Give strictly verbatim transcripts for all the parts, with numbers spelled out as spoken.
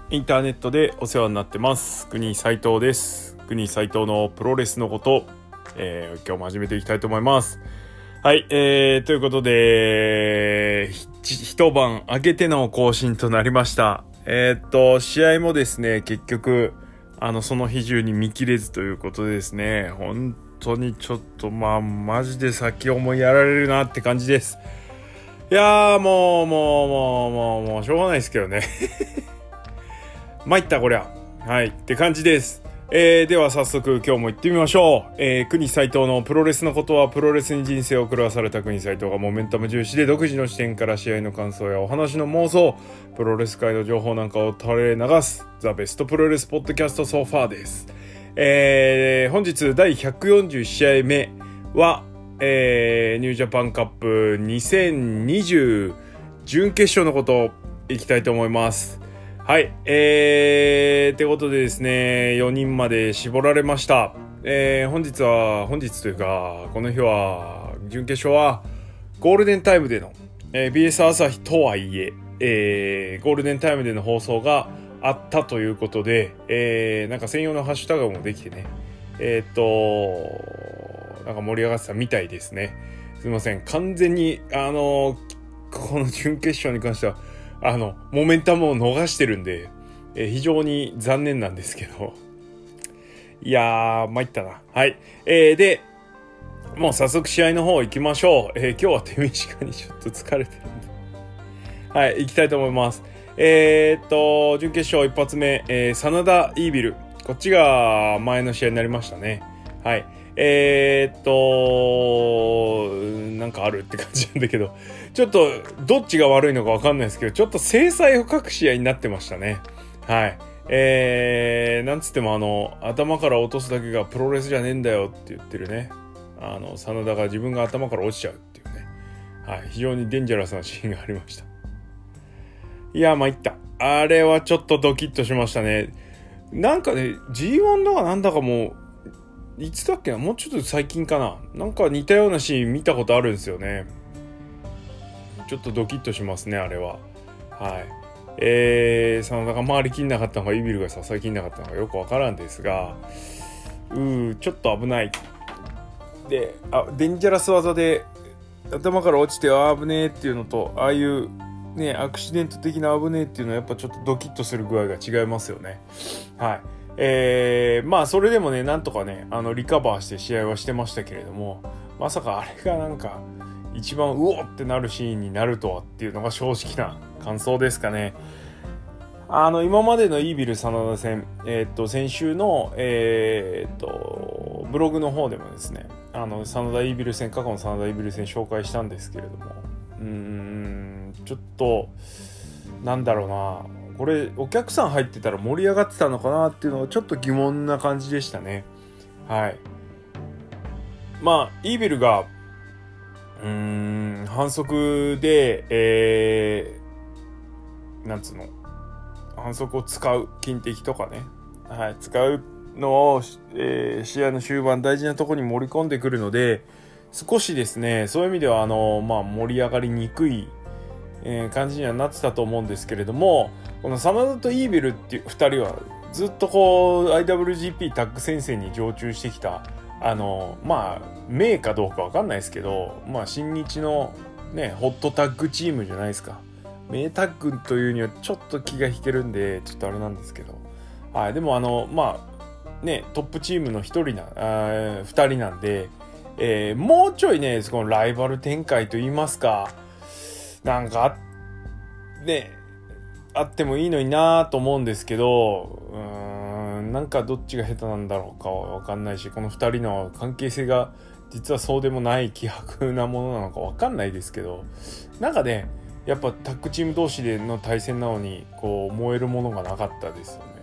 インターネットでお世話になってます国斉藤です。国斉藤のプロレスのこと、えー、今日も始めていきたいと思います。はい、えー、ということで一晩明けての更新となりました。えー、っと試合もですね結局あのその日中に見切れずということでですね、本当にちょっとまあマジで先思いやられるなって感じです。いやーもうもうもうもうもうしょうがないですけどね参ったこりゃはいって感じです。えー、では早速今日も行ってみましょう。えー、国斉藤のプロレスのことはプロレスに人生を狂わされた国斉藤がモメンタム重視で独自の視点から試合の感想やお話の妄想、プロレス界の情報なんかを垂れ流すザ・ベストプロレスポッドキャストソファーです。えー、本日だいひゃくよんじゅう試合目は、えー、ニュージャパンカップにせんにじゅう準決勝のことをいきたいと思います。はい、えー、ってことでですね、よにんまで絞られました。えー、本日は、本日というか、この日は、準決勝は、ゴールデンタイムでの、えー、ビーエス 朝日とはいえ、えー、ゴールデンタイムでの放送があったということで、えー、なんか専用のハッシュタグもできてね、えーっと、なんか盛り上がってたみたいですね。すいません、完全に、あの、この準決勝に関しては、あのモメンタムを逃してるんで、えー、非常に残念なんですけど、いやー参ったな。はい、えー、でもう早速試合の方行きましょう。えー、今日は手短にちょっと疲れてるんではい行きたいと思います。えー、っと準決勝一発目、えー、真田イービル、こっちが前の試合になりましたね。はい、えー、っとなんかあるって感じなんだけど、ちょっとどっちが悪いのか分かんないですけど、ちょっと精彩を欠く試合になってましたね。はい、えー、なんつってもあの頭から落とすだけがプロレスじゃねえんだよって言ってるね、あの真田が自分が頭から落ちちゃうっていうね、はい、非常にデンジャラスなシーンがありました。いや参った、あれはちょっとドキッとしましたね。なんかね ジーワン だかなんだかもいつだっけな、もうちょっと最近かな、なんか似たようなシーン見たことあるんですよね。ちょっとドキッとしますねあれは。はい、えー、真田が回りきんなかったのかイービルが支えきんなかったのかよくわからんですが、うーちょっと危ないで、あデンジャラス技で頭から落ちてあ危ねえっていうのと、ああいうねアクシデント的な危ねえっていうのはやっぱちょっとドキッとする具合が違いますよね。はい、えー、まあそれでもねなんとかねあのリカバーして試合はしてましたけれども、まさかあれがなんか一番うおってなるシーンになるとはっていうのが正直な感想ですかね。あの今までのイービル真田戦、えー、っと先週の、えー、っとブログの方でもですね、あの真田イービル戦、過去の真田イービル戦紹介したんですけれども、うーんちょっとなんだろうな、これお客さん入ってたら盛り上がってたのかなっていうのはちょっと疑問な感じでしたね。はい、まあイービルがうーん反則で、えー、なんつうの反則を使う金敵とかね、はい、使うのを、えー、試合の終盤大事なところに盛り込んでくるので、少しですねそういう意味ではあの、まあ、盛り上がりにくい、えー、感じにはなってたと思うんですけれども、この真田とイービルっていうふたりはずっとこう アイダブリュージーピー タッグ戦線に常駐してきた、あのまあ名かどうかわかんないですけど、まあ新日のねホットタッグチームじゃないですか。名タッグというにはちょっと気が引けるんでちょっとあれなんですけど、はい、でもあのまあねトップチームのひとりなあふたりなんで、えー、もうちょいねこのライバル展開といいますか、なんかねあってもいいのになと思うんですけど、うーんなんかどっちが下手なんだろうかわかんないし、このふたりの関係性が実はそうでもない希薄なものなのかわかんないですけど、なんかねやっぱタッグチーム同士での対戦なのにこう燃えるものがなかったですよね。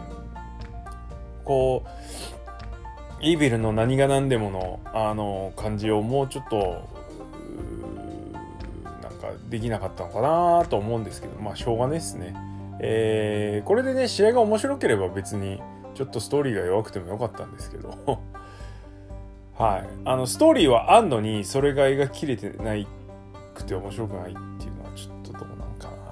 こうイービルの何が何でものあの感じをもうちょっとなんかできなかったのかなと思うんですけど、まあしょうがないですね。えー、これでね試合が面白ければ別にちょっとストーリーが弱くてもよかったんですけどはい、あのストーリーはあんのにそれが描ききれてないくて面白くないっていうのはちょっとどうなんか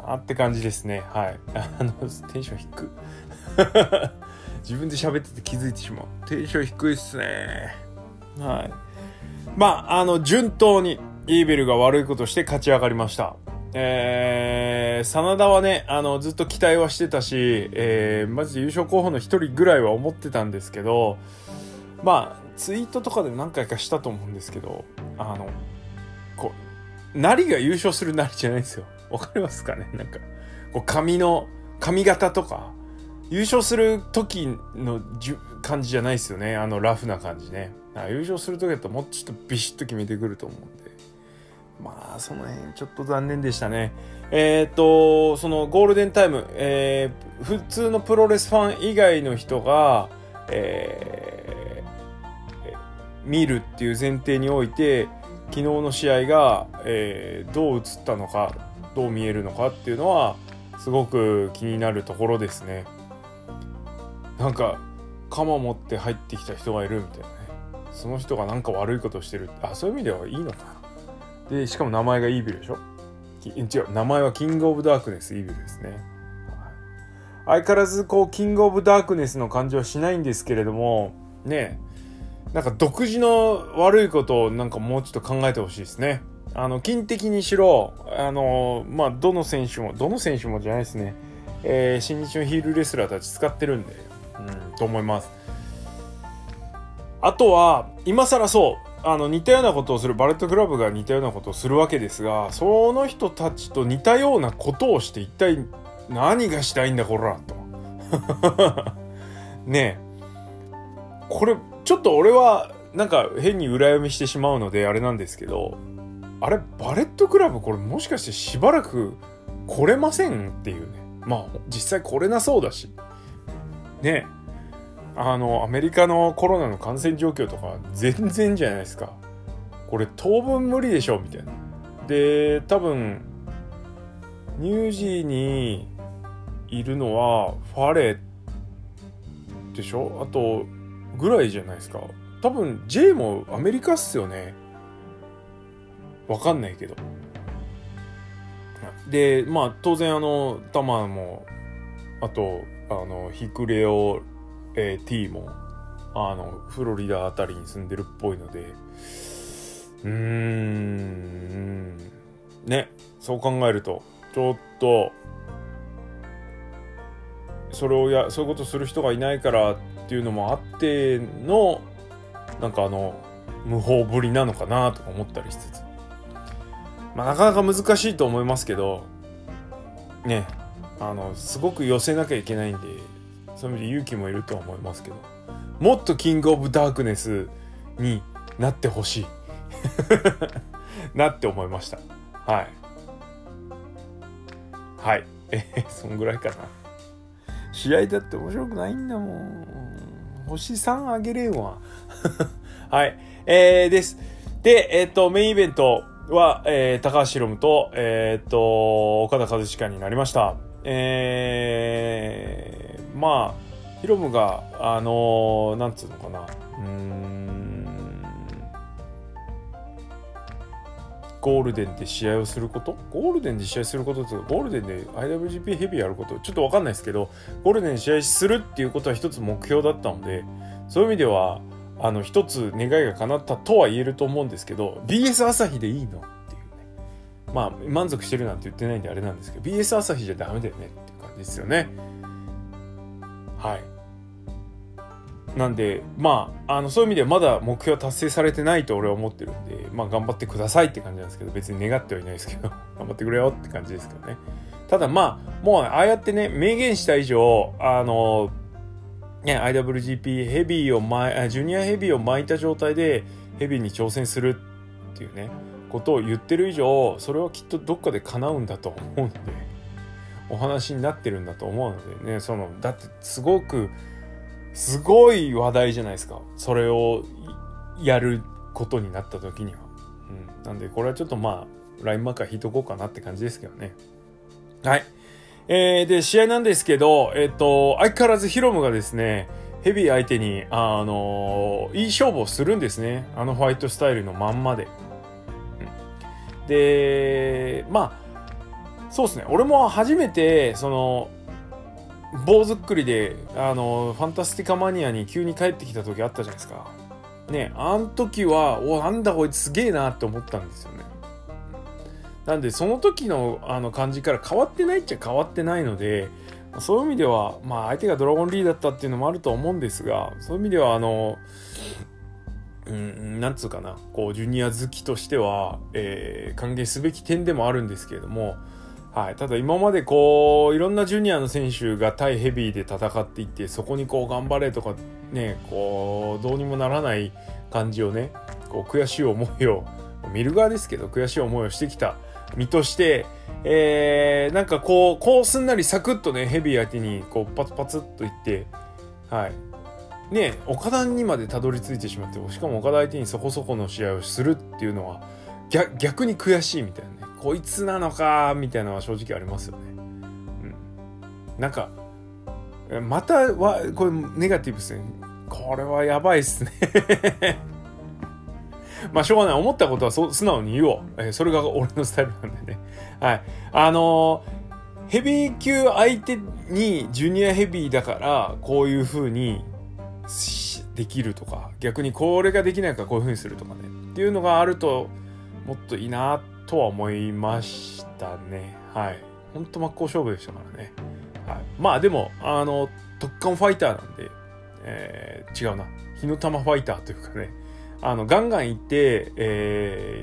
なって感じですね。はい。あの、テンション低く。自分で喋ってて気づいてしまう。テンション低いっすね。はい。まあ、あの、順当にイーベルが悪いことして勝ち上がりました。えー、真田はね、あの、ずっと期待はしてたし、えー、マジで優勝候補の一人ぐらいは思ってたんですけど、まあ、ツイートとかで何回かしたと思うんですけど、あの、こう、なりが優勝するなりじゃないんですよ。わかりますかね？なんか、こう髪の、髪型とか、優勝する時のじゅ感じじゃないですよね。あのラフな感じね。優勝する時だともうちょっとビシッと決めてくると思うんで。まあ、その辺ちょっと残念でしたね。えーっと、そのゴールデンタイム、えー、普通のプロレスファン以外の人が、えー、見るっていう前提において、昨日の試合が、えー、どう映ったのか、どう見えるのかっていうのは、すごく気になるところですね。なんか鎌持って入ってきた人がいるみたいなね。その人がなんか悪いことをしてる。あ、そういう意味ではいいのかな。で、しかも名前がイービルでしょ。違う、名前はキングオブダークネスイービルですね。相変わらずこうキングオブダークネスの感じはしないんですけれども、ね、なんか独自の悪いことをなんかもうちょっと考えてほしいですね。あの金的にしろ、あのまあどの選手もどの選手もじゃないですね。えー、新日のヒールレスラーたち使ってるんで。うん、と思います。あとは今更そうあの似たようなことをするバレットクラブが似たようなことをするわけですが、その人たちと似たようなことをして一体何がしたいんだこらとねえ、これちょっと俺はなんか変に裏読みしてしまうのであれなんですけど、あれバレットクラブこれもしかしてしばらく来れませんっていうね。まあ実際来れなそうだしね、あのアメリカのコロナの感染状況とか全然じゃないですか。これ当分無理でしょみたいな。で多分ニュージーにいるのはファレでしょ、あとぐらいじゃないですか。多分 J もアメリカっすよね。わかんないけど。でまあ当然あのタマもあとあのヒクレオ、えー、T もあのフロリダあたりに住んでるっぽいので、うーんね、そう考えるとちょっとそれをやそういうことする人がいないからっていうのもあってのなんかあの無法ぶりなのかなとか思ったりしつつ、まあなかなか難しいと思いますけどね、あのすごく寄せなきゃいけないんで、そういう意味で勇気もいるとは思いますけど、もっとキングオブダークネスになってほしいなって思いました。はいはいえー、そんぐらいかな。試合だって面白くないんだもん。星さんあげれんわはい、えー、ですで、えっ、ー、とメインイベントは、えー、高橋宏夢と、えー、と岡田和親になりました。えー、まあヒロムがあのー、なんつうのかな、うーんゴールデンで試合をすること、ゴールデンで試合することってゴールデンで アイダブリュージーピー ヘビーやることちょっと分かんないですけど、ゴールデンで試合するっていうことは一つ目標だったので、そういう意味ではあの一つ願いが叶ったとは言えると思うんですけど、 ビーエス 朝日でいいのっていうね、まあ満足してるなんて言ってないんであれなんですけど、 ビーエス 朝日じゃダメだよねっていう感じですよね。はい。なんでまああのそういう意味ではまだ目標は達成されてないと俺は思ってるんで、まあ頑張ってくださいって感じなんですけど、別に願ってはいないですけど頑張ってくれよって感じですけどね。ただまあもうああやってね明言した以上、あのね アイダブリュージーピー ヘビーを巻ジュニアヘビーを巻いた状態でヘビーに挑戦するっていうねことを言ってる以上、それはきっとどっかで叶うんだと思うんで、お話になってるんだと思うのでね、そのだってすごくすごい話題じゃないですか、それをやることになった時には、うん、なんでこれはちょっとまあラインマーカー引いとこうかなって感じですけどね。はい、えー、で試合なんですけど、えっと相変わらずヒロムがですねヘビー相手にあのいい勝負をするんですね、あのファイトスタイルのまんまで、うん、でまあそうですね、俺も初めてその棒づっくりであのファンタスティカマニアに急に帰ってきた時あったじゃないですかね。あの時はおなんだこいつすげえなって思ったんですよね。なんでその時のあの感じから変わってないっちゃ変わってないので、そういう意味ではまあ相手がドラゴンリーだったっていうのもあると思うんですが、そういう意味ではあのうん、なんつうかな、こうジュニア好きとしては、えー、歓迎すべき点でもあるんですけれども、はい、ただ今までこういろんなジュニアの選手が対ヘビーで戦っていって、そこにこう頑張れとかね、こうどうにもならない感じをね、こう悔しい思いを見る側ですけど悔しい思いをしてきた身として、えー、なんかこうこうすんなりサクッとねヘビー相手にこうパツパツっといって、はいね、岡田にまでたどり着いてしまって、しかも岡田相手にそこそこの試合をするっていうのは 逆, 逆に悔しいみたいなね、こいつなのかみたいなのは正直ありますよね。うん、なんかまたはこれネガティブですね。これはやばいっすねまあしょうがない、思ったことはそ素直に言おう、えー、それが俺のスタイルなんでね。はいあのー、ヘビー級相手にジュニアヘビーだからこういう風にできるとか、逆にこれができないからこういう風にするとかねっていうのがあるともっといいなとは思いましたね。はい、ほんと真っ向勝負でしたからね。はい、まあでもあの特艦ファイターなんで、えー、違うな火の玉ファイターというかね、あのガンガンいって、え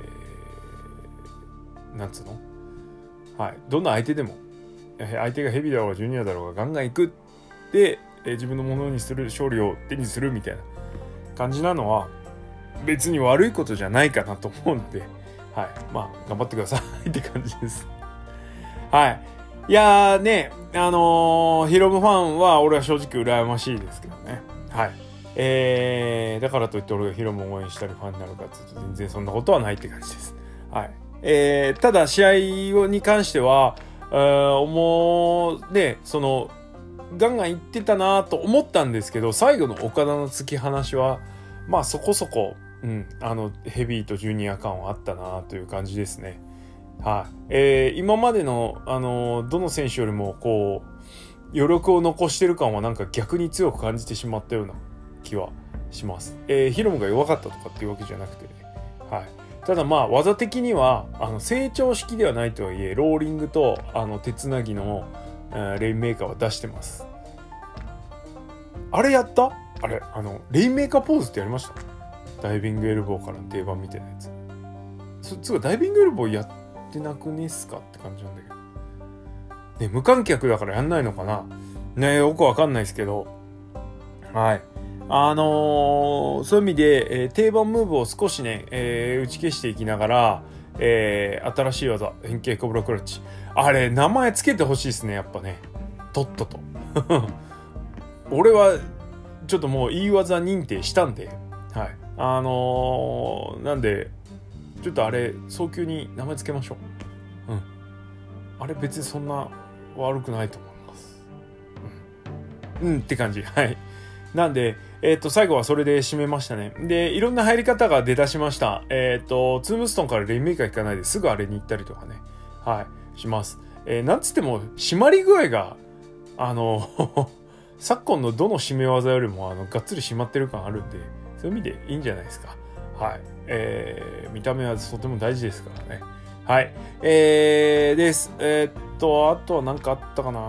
ー、なんつうの、はい、どんな相手でも相手がヘビーだろうがジュニアだろうがガンガンいくで、えー、自分のものにする、勝利を手にするみたいな感じなのは別に悪いことじゃないかなと思うんで、はい、まあ頑張ってくださいって感じです。はい、いやーね、あのー、ヒロムファンは俺は正直羨ましいですけどね。はい、えー、だからといって俺がヒロムを応援したりファンになるかっていうと全然そんなことはないって感じです。はい、えー、ただ試合に関しては、もうね、そのガンガンいってたなと思ったんですけど、最後の岡田の突き放しはまあそこそこ、うん、あのヘビーとジュニア感はあったなという感じですね。はい、えー、今までの、あのどの選手よりもこう余力を残してる感はなんか逆に強く感じてしまったような気はします。えー、ヒロムが弱かったとかっていうわけじゃなくてね、はい、ただまあ技的にはあの成長式ではないとはいえローリングとあの手つなぎの、えー、レインメーカーは出してます。あれやったあれあのレインメーカーポーズってやりました？ダイビングエルボーから定番みたいなやつ。そつうかダイビングエルボーやってなくねっすかって感じなんだけどね。無観客だからやんないのかなね、よくわかんないですけど、はい、あのー、そういう意味で、えー、定番ムーブを少しね、えー、打ち消していきながら、えー、新しい技変形コブラクラッチ、あれ名前つけてほしいですね、やっぱね、とっとと俺はちょっともういい技認定したんで、はい、あのー、なんでちょっとあれ早急に名前つけましょう。うん、あれ別にそんな悪くないと思います。うん、うん、って感じ。はい。なんで、えっと、最後はそれで締めましたね。で、いろんな入り方が出だしました。えっと、ツームストンからレインメーカー引かないですぐあれに行ったりとかね。はい、します。えー、なんつっても、締まり具合が、あの、昨今のどの締め技よりも、あの、がっつり締まってる感あるんで、そういう意味でいいんじゃないですか。はい。えー、見た目はとても大事ですからね。はい。えー、です。えー、っと、あとは何かあったかな。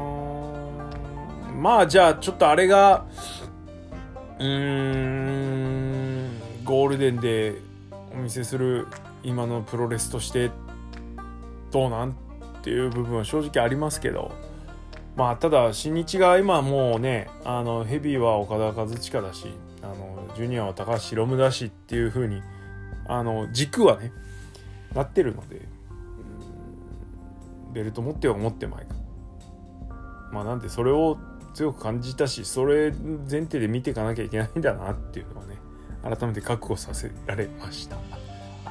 まあ、じゃあ、ちょっとあれが、うーん、ゴールデンでお見せする今のプロレスとしてどうなんっていう部分は正直ありますけど、まあ、ただ、新日が今もうね、あの、ヘビーは岡田和親だし、あの、ジュニアは高橋宏夢だしっていう風に、あの、軸はね、なってるので、ベルト持っては持ってまいか。まあなんでそれを強く感じたし、それ前提で見ていかなきゃいけないんだなっていうのをね、改めて覚悟させられました。はい。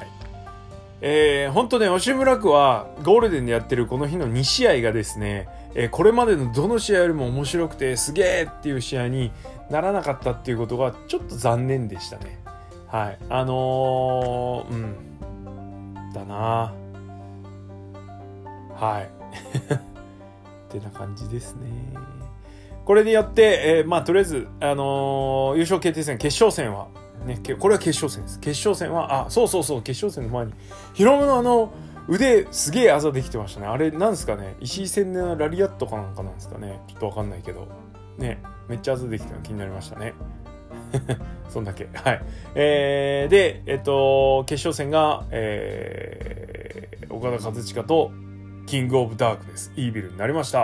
えー、本当ね、吉村区はゴールデンでやってるこの日のに試合がですね、えー、これまでのどの試合よりも面白くてすげーっていう試合にならなかったっていうことがちょっと残念でしたね。はい。あのー、うん。だなはいってな感じですね。これによって、えー、まあとりあえず、あのー、優勝決定戦決勝戦はね、これは決勝戦です。決勝戦はあそうそうそう決勝戦の前にヒロムのあの腕すげえあざできてましたね。あれなんですかね、石井戦のラリアットかなんかなんですかね、ちょっとわかんないけどね、めっちゃあざできてるの気になりましたねそんだけ。はい。えー、で、えっと、決勝戦が、えー、岡田和親とキングオブダークネス、イービルになりました。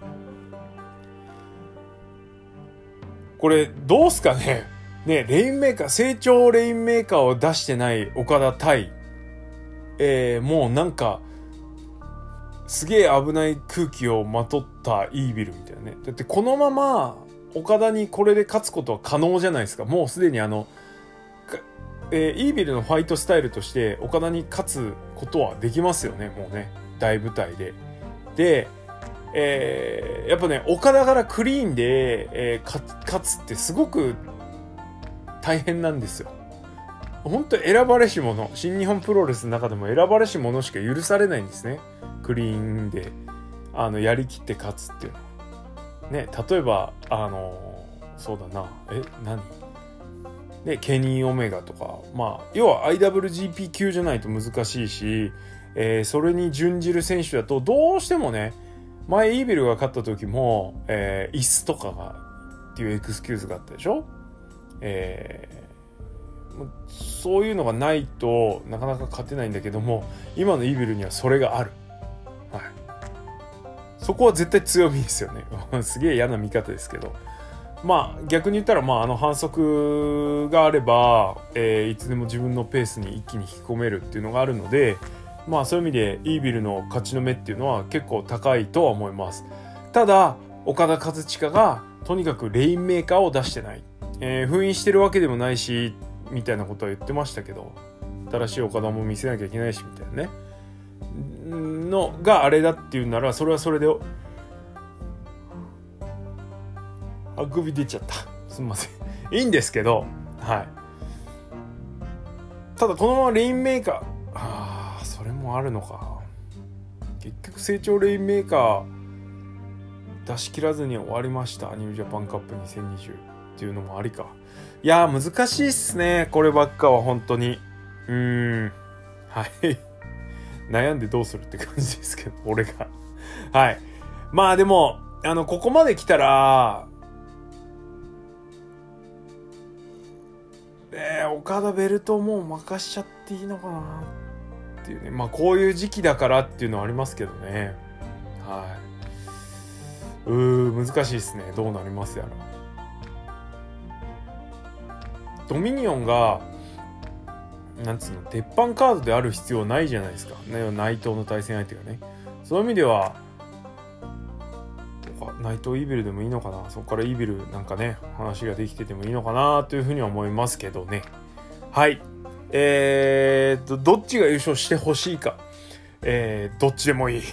これ、どうすかね。ね、レインメーカー、成長レインメーカーを出してない岡田対、えー、もうなんか、すげえ危ない空気をまとったイービルみたいなね。だってこのまま、岡田にこれで勝つことは可能じゃないですか。もうすでにあの、えー、イービルのファイトスタイルとして岡田に勝つことはできますよね。もうね、大舞台で。で、えー、やっぱね、岡田からクリーンで、えー、勝つってすごく大変なんですよ。本当選ばれし者、新日本プロレスの中でも選ばれし者しか許されないんですね。クリーンであのやりきって勝つっていうのは。ね、例えばあのそうだなえ何ねケニー・オメガとか、まあ要は アイダブリュージーピー 級じゃないと難しいし、えー、それに準じる選手だとどうしてもね、前イービルが勝った時も、えー、椅子とかがっていうエクスキューズがあったでしょ。えー、そういうのがないとなかなか勝てないんだけども、今のイービルにはそれがある。はい。そこは絶対強みですよね。すげえ嫌な見方ですけど。まあ逆に言ったら、まああの反則があれば、えー、いつでも自分のペースに一気に引き込めるっていうのがあるので、まあそういう意味でイービルの勝ちの目っていうのは結構高いとは思います。ただ、岡田和親がとにかくレインメーカーを出してない。えー、封印してるわけでもないし、みたいなことは言ってましたけど、新しい岡田も見せなきゃいけないし、みたいなね。のがあれだっていうなら、それはそれであくび出ちゃった、すみませんいいんですけど、はい。ただこのままレインメーカー、ああそれもあるのか。結局成長レインメーカー出し切らずに終わりました。ニュージャパンカップにせんにじゅうっていうのもありか。いやー難しいっすね、こればっかは本当に。うーん、はい悩んでどうするって感じですけど、俺がはい。まあでもあのここまで来たら、えー、岡田ベルトもう任しちゃっていいのかなっていうね。まあこういう時期だからっていうのはありますけどね。はい。うー難しいですね。どうなりますやろ。ドミニオンがなんつうの、鉄板カードである必要ないじゃないですか、ね、内藤の対戦相手がね。そういう意味では内藤イービルでもいいのかな。そこからイービルなんかね話ができててもいいのかなというふうには思いますけどね。はい。えー、っとどっちが優勝してほしいか、えー、どっちでもいい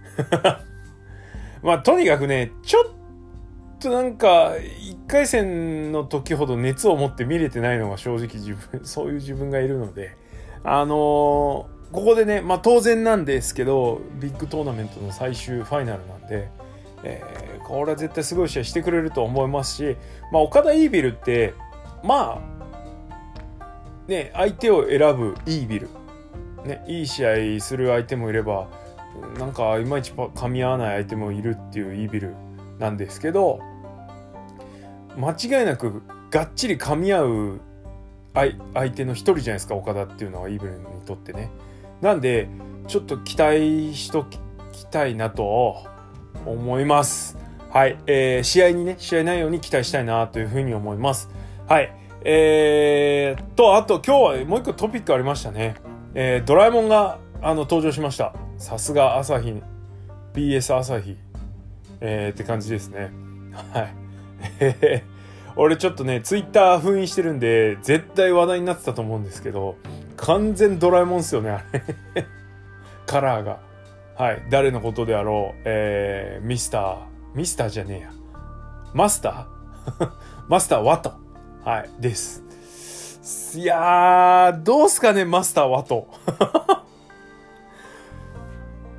まあとにかくね、ちょっとなんかいっかい戦の時ほど熱を持って見れてないのが正直自分そういう自分がいるので、あのー、ここでね、まあ当然なんですけどビッグトーナメントの最終ファイナルなんで、えー、これは絶対すごい試合してくれると思いますし、まあ岡田イービルってまあね相手を選ぶイービルね、いい試合する相手もいればなんかいまいち噛み合わない相手もいるっていうイービルなんですけど、間違いなくがっちり噛み合う相手の一人じゃないですか、岡田っていうのはイービルにとってね。なんでちょっと期待しときたいなと思います。はい、えー、試合にね試合内容に期待したいなというふうに思います。はい、えー、とあと今日はもう一個トピックありましたね。えー、ドラえもんがあの登場しました。さすが朝日 ビーエス 朝日、えー、って感じですね。はい俺ちょっとねツイッター封印してるんで絶対話題になってたと思うんですけど、完全ドラえもんっすよねあれカラーが。はい、誰のことであろう、えー、ミスターミスターじゃねえやマスターマスターワト、はいです。いやーどうすかねマスターワト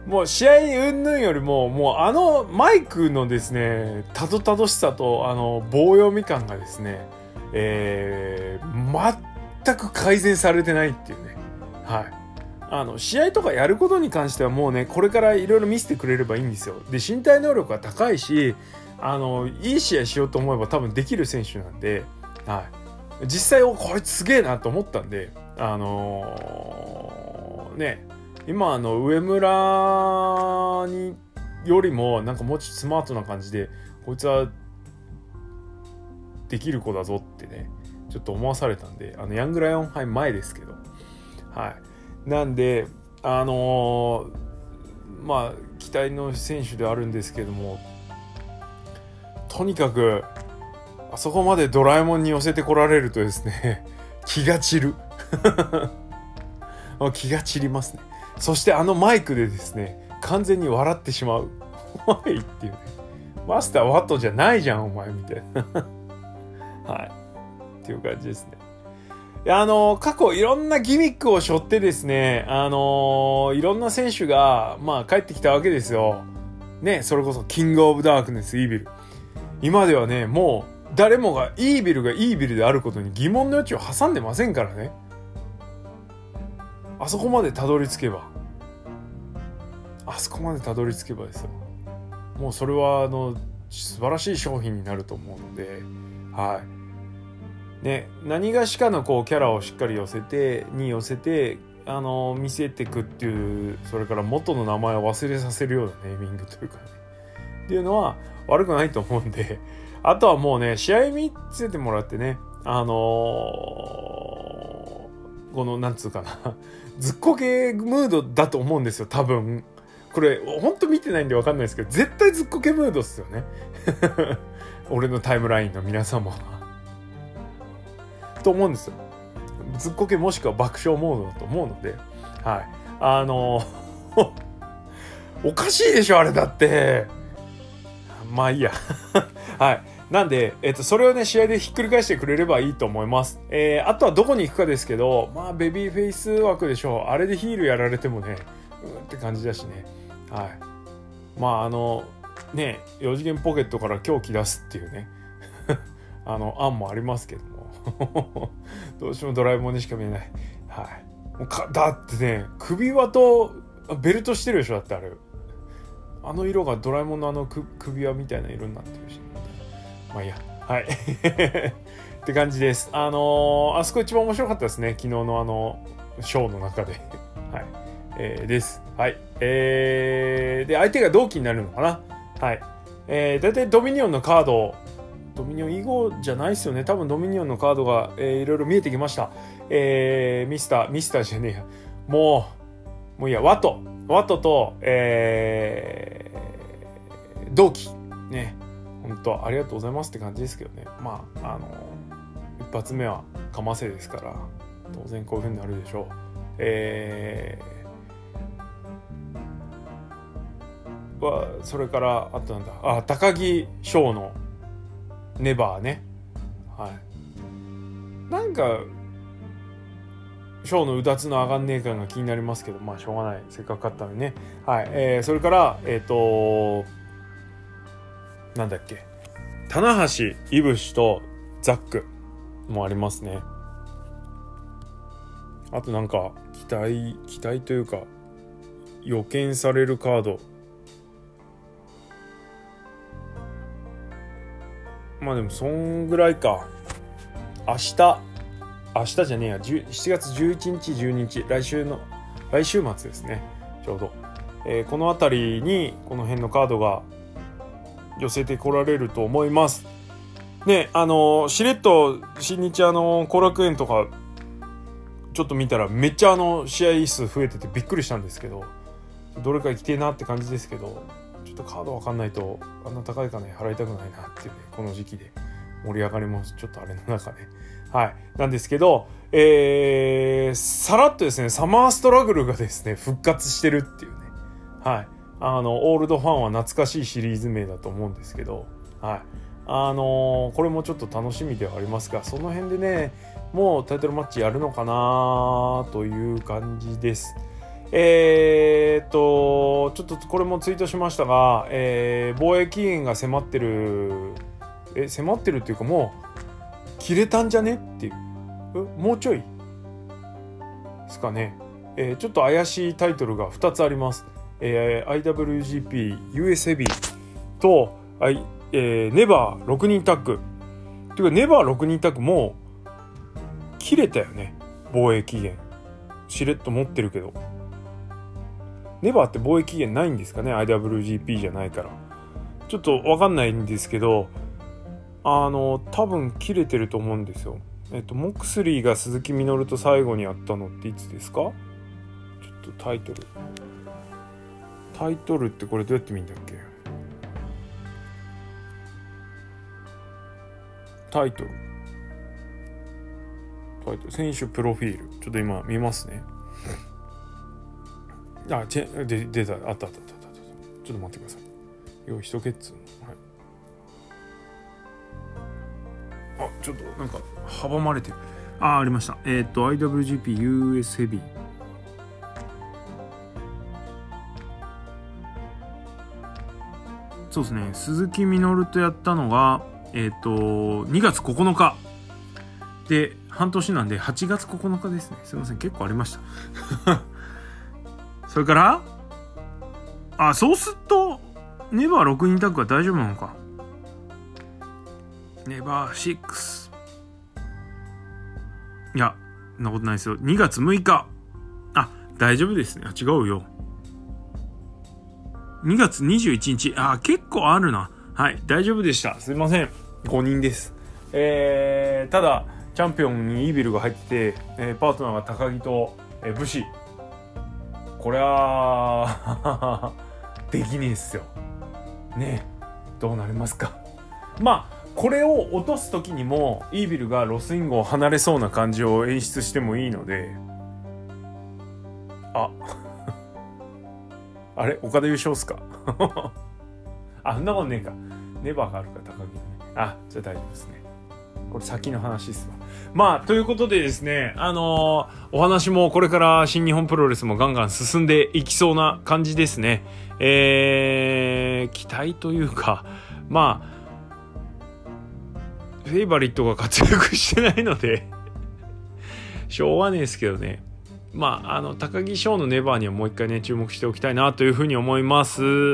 もう試合云々よりも、もうあのマイクのですね、たどたどしさと、あの、棒読み感がですね、えー、全く改善されてないっていうね。はい。あの、試合とかやることに関してはもうね、これからいろいろ見せてくれればいいんですよ。で、身体能力が高いし、あの、いい試合しようと思えば多分できる選手なんで、はい。実際、お、こいつすげえなと思ったんで、あのー、ね、今あの上村によりもなんかもうちょっとスマートな感じでこいつはできる子だぞってねちょっと思わされたんで、あのヤングライオン杯前ですけど、はいなんであのー、まあ期待の選手ではあるんですけども、とにかくあそこまでドラえもんに寄せてこられるとですね気が散る気が散りますね。そしてあのマイクでですね完全に笑ってしまうおいっていうね、マスターワットじゃないじゃんお前みたいなはいっていう感じですね。あの過去いろんなギミックを背負ってですね、あのいろんな選手がまあ帰ってきたわけですよね。それこそキングオブダークネスイービル、今ではねもう誰もがイービルがイービルであることに疑問の余地を挟んでませんからね。あそこまでたどり着けばあそこまでたどり着けばですよ、もうそれはあの素晴らしい商品になると思うので、はいね、何がしかのこうキャラをしっかり寄せてに寄せてあの見せていくっていう、それから元の名前を忘れさせるようなネーミングというかねっていうのは悪くないと思うんで、あとはもうね試合見せてもらってね、あのー、このなんつうかなずっこけムードだと思うんですよ多分。これほんと見てないんで分かんないですけど絶対ずっこけムードっすよね俺のタイムラインの皆様と思うんですよ。ずっこけもしくは爆笑モードだと思うので、はいあのおかしいでしょあれだって。まあいいやはいなんで、えっと、それをね試合でひっくり返してくれればいいと思います。えー、あとはどこに行くかですけど、まあベビーフェイス枠でしょう。あれでヒールやられてもねうんって感じだしね。はいまああのねよ次元ポケットから狂気出すっていうねあの案もありますけどもどうしてもドラえもんにしか見えない。はいもうかだってね首輪とベルトしてるでしょ。だってあれあの色がドラえもんのあの首輪みたいな色になってるし、まあいいやはいって感じです。あのー、あそこ一番面白かったですね昨日のあのショーの中ではい、えー、ですはいえー、で相手が同期になるのかな。はいえー、だいたいドミニオンのカードドミニオン以後じゃないですよね多分。ドミニオンのカードが、えー、いろいろ見えてきました。えー、ミスターミスターじゃねえやもうもういいやワトワトと、えー、同期ね本当ありがとうございますって感じですけどね。まああの一発目はかませですから当然こういう風になるでしょう。えー、はそれからあとなんだあ高木翔のネバーね。はいなんか翔のうだつの上がんねえ感が気になりますけど、まあしょうがないせっかく勝ったのにね。はいえー、それからえっ、ー、となんだっけ棚橋いぶしとザックもありますね。あとなんか期待期待というか予見されるカード、まあでもそんぐらいか。明日明日じゃねえやしちがつじゅういちにちじゅうににち来週の来週末ですねちょうど、えー、この辺りにこの辺のカードが寄せてこられると思いますね。あのしれっと新日あの後楽園とかちょっと見たらめっちゃあの試合数増えててびっくりしたんですけど、どれか行きてえなって感じですけど、ちょっとカードわかんないとあんな高い金払いたくないなっていうねこの時期で盛り上がりもちょっとあれの中ではいなんですけど、えー、さらっとですねサマーストラグルがですね復活してるっていうね。はいあのオールドファンは懐かしいシリーズ名だと思うんですけど、はいあのー、これもちょっと楽しみではありますが、その辺でねもうタイトルマッチやるのかなという感じです。 えー、っとちょっとこれもツイートしましたが、えー、防衛期限が迫ってるえ迫ってるっていうかもう切れたんじゃねっていう、もうちょいですかね。えー、ちょっと怪しいタイトルがふたつあります。えー、アイダブリュージーピー ユーエス ヘビーと、I えー、ネバーろくにんタッグっていうか、ネバーろくにんタッグもう切れたよね。防衛期限しれっと持ってるけど、ネバーって防衛期限ないんですかね。 アイダブリュージーピー じゃないからちょっと分かんないんですけど、あの多分切れてると思うんですよ。えっとモクスリーが鈴木みのると最後にやったのっていつですか。ちょっとタイトルタイトルってこれどうやって見るんだっけ。タイトルタイトル選手プロフィールちょっと今見ますね。あ、チェで出た、あったあったあったあった。ちょっと待ってください。よう一ケツの、はい。あ、ちょっとなんか阻まれてる。あ、ありました。えっと アイダブリュージーピー ユーエス ヘビー。そうですね。鈴木みのるとやったのがえっとにがつここのかで、半年なんではちがつここのかですね。すいません、結構ありましたそれからあ、そうするとネバーろくにんタッグは大丈夫なのか。ネバーろく、いやそんなことないですよ。にがつむいか、あ、大丈夫ですね。あ、違うよ、にがつにじゅういちにち。あ、結構あるな。はい、大丈夫でした。すいません、ごにんです。えー、ただチャンピオンにイービルが入ってて、えー、パートナーが高木と、えー、武士。これはできねえっすよね。えどうなりますか。まあこれを落とす時にもイービルがロスインゴを離れそうな感じを演出してもいいので、ああれ岡田優勝っすかあ、そんなことねえか。ネバーがあるから高木のね。あ、じゃあ大丈夫ですね。これ先の話っすわ。まあということでですね、あのー、お話もこれから新日本プロレスもガンガン進んでいきそうな感じですね。えー、期待というか、まあフェイバリットが活躍してないのでしょうがねえですけどね。まああの高木翔のネバーにはもう一回ね注目しておきたいなというふうに思います。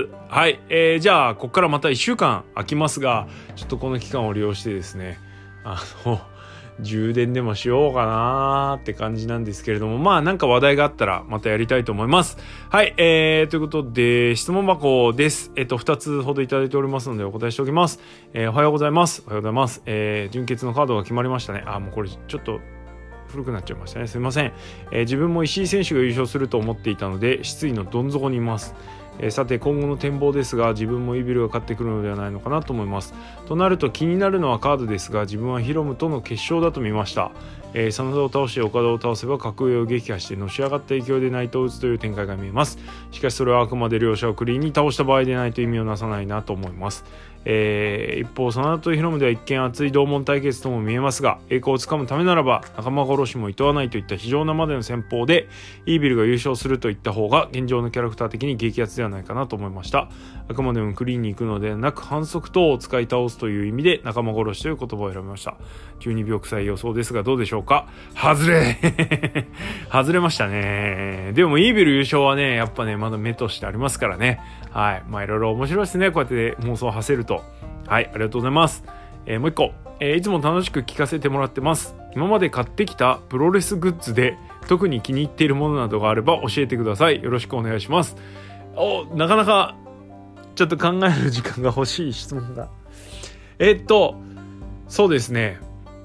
はい、えー、じゃあここからまたいっしゅうかん空きますが、ちょっとこの期間を利用してですね、あの充電でもしようかなーって感じなんですけれども、まあなんか話題があったらまたやりたいと思います。はい、えー、ということで質問箱です。えっとふたつほどいただいておりますのでお答えしておきます。えー、おはようございます。おはようございます。えー、純潔のカードが決まりましたね。あ、もうこれちょっと古くなっちゃいましたね。すいません。えー、自分も石井選手が優勝すると思っていたので失意のどん底にいます。えー、さて今後の展望ですが、自分もイービルが勝ってくるのではないのかなと思います。となると気になるのはカードですが、自分はヒロムとの決勝だと見ました。えー、真田を倒して岡田を倒せば格上を撃破してのし上がった勢いで内藤を打つという展開が見えます。しかしそれはあくまで両者をクリーンに倒した場合でないと意味をなさないなと思います。えー、一方真田とヒロムでは一見熱い同門対決とも見えますが、栄光をつかむためならば仲間殺しも厭わないといった非常なまでの戦法でイービルが優勝するといった方が現状のキャラクター的に激アツではないかなと思いました。あくまでもクリーンに行くのではなく反則等を使い倒すという意味で仲間殺しという言葉を選びました。じゅうにびょう臭い予想ですがどうでしょうか。外れ外れましたね。でもイービル優勝はねやっぱねまだ目としてありますからね。はい、まあいろいろ面白いですね、こうやって妄想を馳せると。はい、ありがとうございます。えー、もう一個、えー、いつも楽しく聞かせてもらってます。今まで買ってきたプロレスグッズで特に気に入っているものなどがあれば教えてください。よろしくお願いします。お、なかなかちょっと考える時間が欲しい質問が。えー、っとそうですね、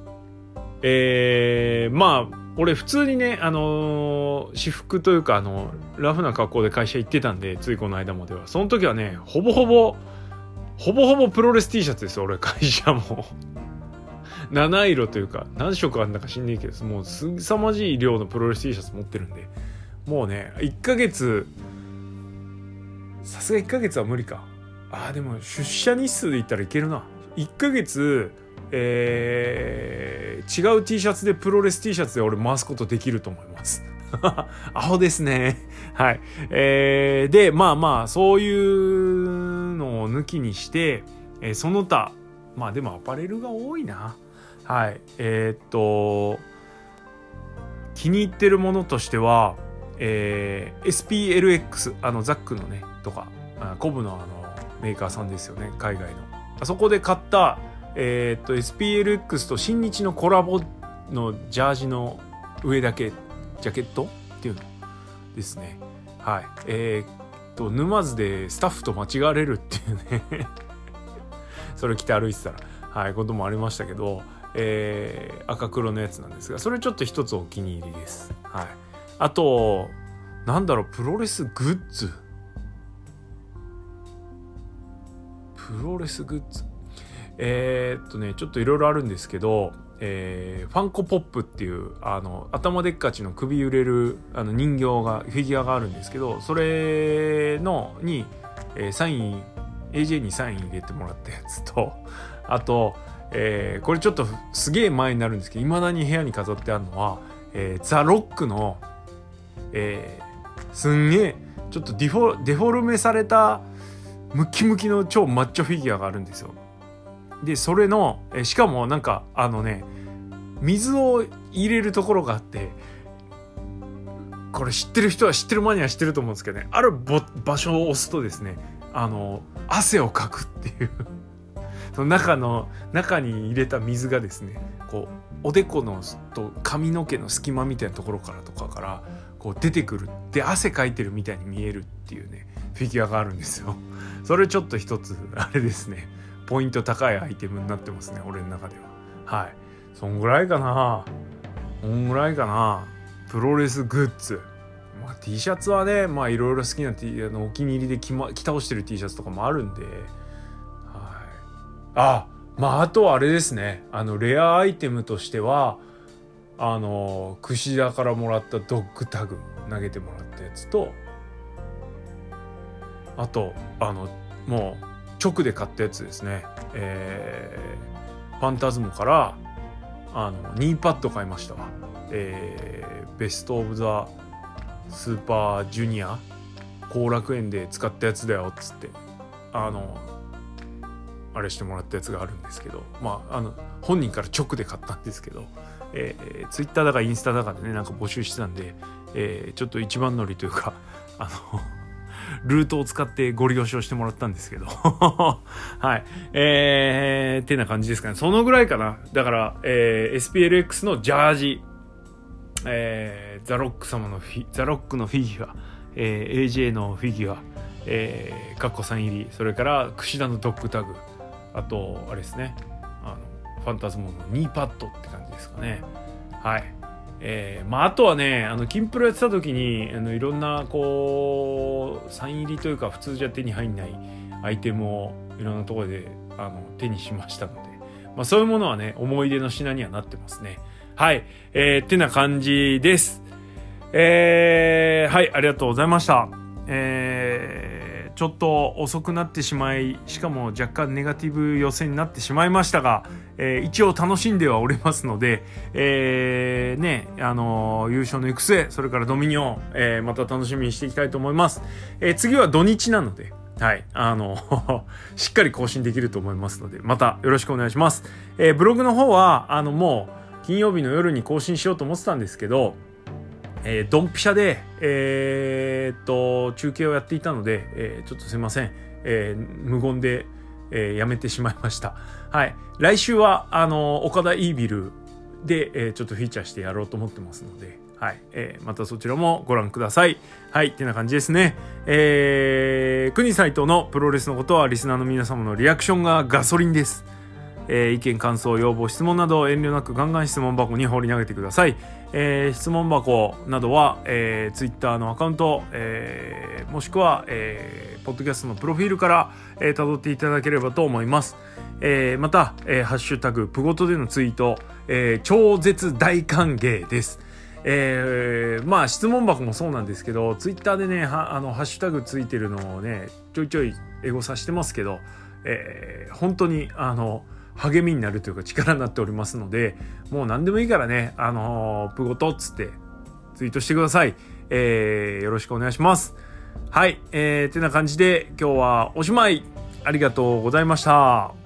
えー、まあ俺普通にね、あのー、私服というかあのラフな格好で会社行ってたんで、ついこの間まではその時はねほぼほぼほぼほぼプロレス T シャツですよ。俺会社も七色というか何色あんだか知んねえけど、もうすさまじい量のプロレス T シャツ持ってるんで、もうねいっかげつ、さすがいっかげつは無理か。あーでも出社日数で言ったらいけるな。いっかげつえー、違う T シャツでプロレス T シャツで俺回すことできると思いますアホですね。はい。えー、で、まあまあ、そういうのを抜きにして、えー、その他、まあでもアパレルが多いな。はい。えー、っと、気に入ってるものとしては、えー、エスピーエルエックス、あのザックのね、とか、コブのあのメーカーさんですよね、海外の。あそこで買った、えー、っと エスピーエルエックス と新日のコラボのジャージの上だけジャケットっていうのですね。はい。えー、っと沼津でスタッフと間違われるっていうねそれ着て歩いてたら、はい、こともありましたけど、えー、赤黒のやつなんですが、それちょっと一つお気に入りです。はい。あとなんだろう、プロレスグッズプロレスグッズえー、っとねちょっといろいろあるんですけど、えー、ファンコポップっていうあの頭でっかちの首揺れるあの人形がフィギュアがあるんですけど、それのに、えー、サイン エージェー にサイン入れてもらったやつと、あと、えー、これちょっとすげえ前になるんですけど、未だに部屋に飾ってあるのは、えー、ザ・ロックの、えー、すんげえちょっとデフォ、デフォルメされたムキムキの超マッチョフィギュアがあるんですよ。でそれのえしかもなんかあのね水を入れるところがあって、これ知ってる人は知ってるマニア知ってると思うんですけどね、ある場所を押すとですね、あの汗をかくっていうその中の中に入れた水がですね、こうおでこのと髪の毛の隙間みたいなところからとかからこう出てくるで、汗かいてるみたいに見えるっていうねフィギュアがあるんですよ。それちょっと一つあれですね、ポイント高いアイテムになってますね、俺の中では。はい、そんぐらいかなそんぐらいかなプロレスグッズ。まあ、T シャツはね、まあいろいろ好きな T あのお気に入りで着、ま、着倒してる T シャツとかもあるんで、はい、あまああとはあれですね、あのレアアイテムとしてはあの櫛田からもらったドッグタグ投げてもらったやつと、あとあのもう直で買ったやつですね、えー、ファンタズムからあのニーパッド買いましたわ、えー、ベストオブザスーパージュニア後楽園で使ったやつだよっつってあのあれしてもらったやつがあるんですけど、まああの本人から直で買ったんですけど、えー、ツイッターだかインスタだかでねなんか募集してたんで、えー、ちょっと一番乗りというかあのルートを使ってご利用してもらったんですけどはい、えー、ってな感じですかね。そのぐらいかな。だから、えー、エスピーエルエックス のジャージ、えー、ザロック様のフィザロックのフィギュア、えー、エージェー のフィギュア、えー、カッコさん入り、それから櫛田のドッグタグ、あとあれですね、あのファンタズモのニーパッドって感じですかね。はい。えーまあ、あとはねあのキンプロやってた時にあのいろんなこうサイン入りというか普通じゃ手に入んないアイテムをいろんなところであの手にしましたので、まあ、そういうものはね思い出の品にはなってますね。はい、えー、ってな感じです。えー、はいありがとうございました。えーちょっと遅くなってしまい、しかも若干ネガティブ予選になってしまいましたが、えー、一応楽しんではおりますので、えー、ね、あのー、優勝の行く末、それからドミニオン、えー、また楽しみにしていきたいと思います。えー、次は土日なので、はい、あのしっかり更新できると思いますので、またよろしくお願いします。えー、ブログの方はあのもう金曜日の夜に更新しようと思ってたんですけど、えー、ドンピシャで、えー、っと中継をやっていたので、えー、ちょっとすいません、えー、無言で、えー、やめてしまいました。はい、来週はあの岡田イービルで、えー、ちょっとフィーチャーしてやろうと思ってますので、はい、えー、またそちらもご覧ください。はい、ってな感じですね。えー、国斉藤のプロレスのことはリスナーの皆様のリアクションがガソリンです。えー、意見感想要望質問など遠慮なくガンガン質問箱に放り投げてください。えー、質問箱などは、えー、ツイッターのアカウント、えー、もしくは、えー、ポッドキャストのプロフィールから、えー、辿っていただければと思います。えー、また、えー、ハッシュタグプゴトでのツイート、えー、超絶大歓迎です。えー、まあ質問箱もそうなんですけど、ツイッターでねはあのハッシュタグついてるのをねちょいちょいエゴさしてますけど、えー、本当にあの励みになるというか力になっておりますので、もう何でもいいからね、あのー、プゴトっつってツイートしてください。えー、よろしくお願いします。はい、えー、てな感じで今日はおしまい。ありがとうございました。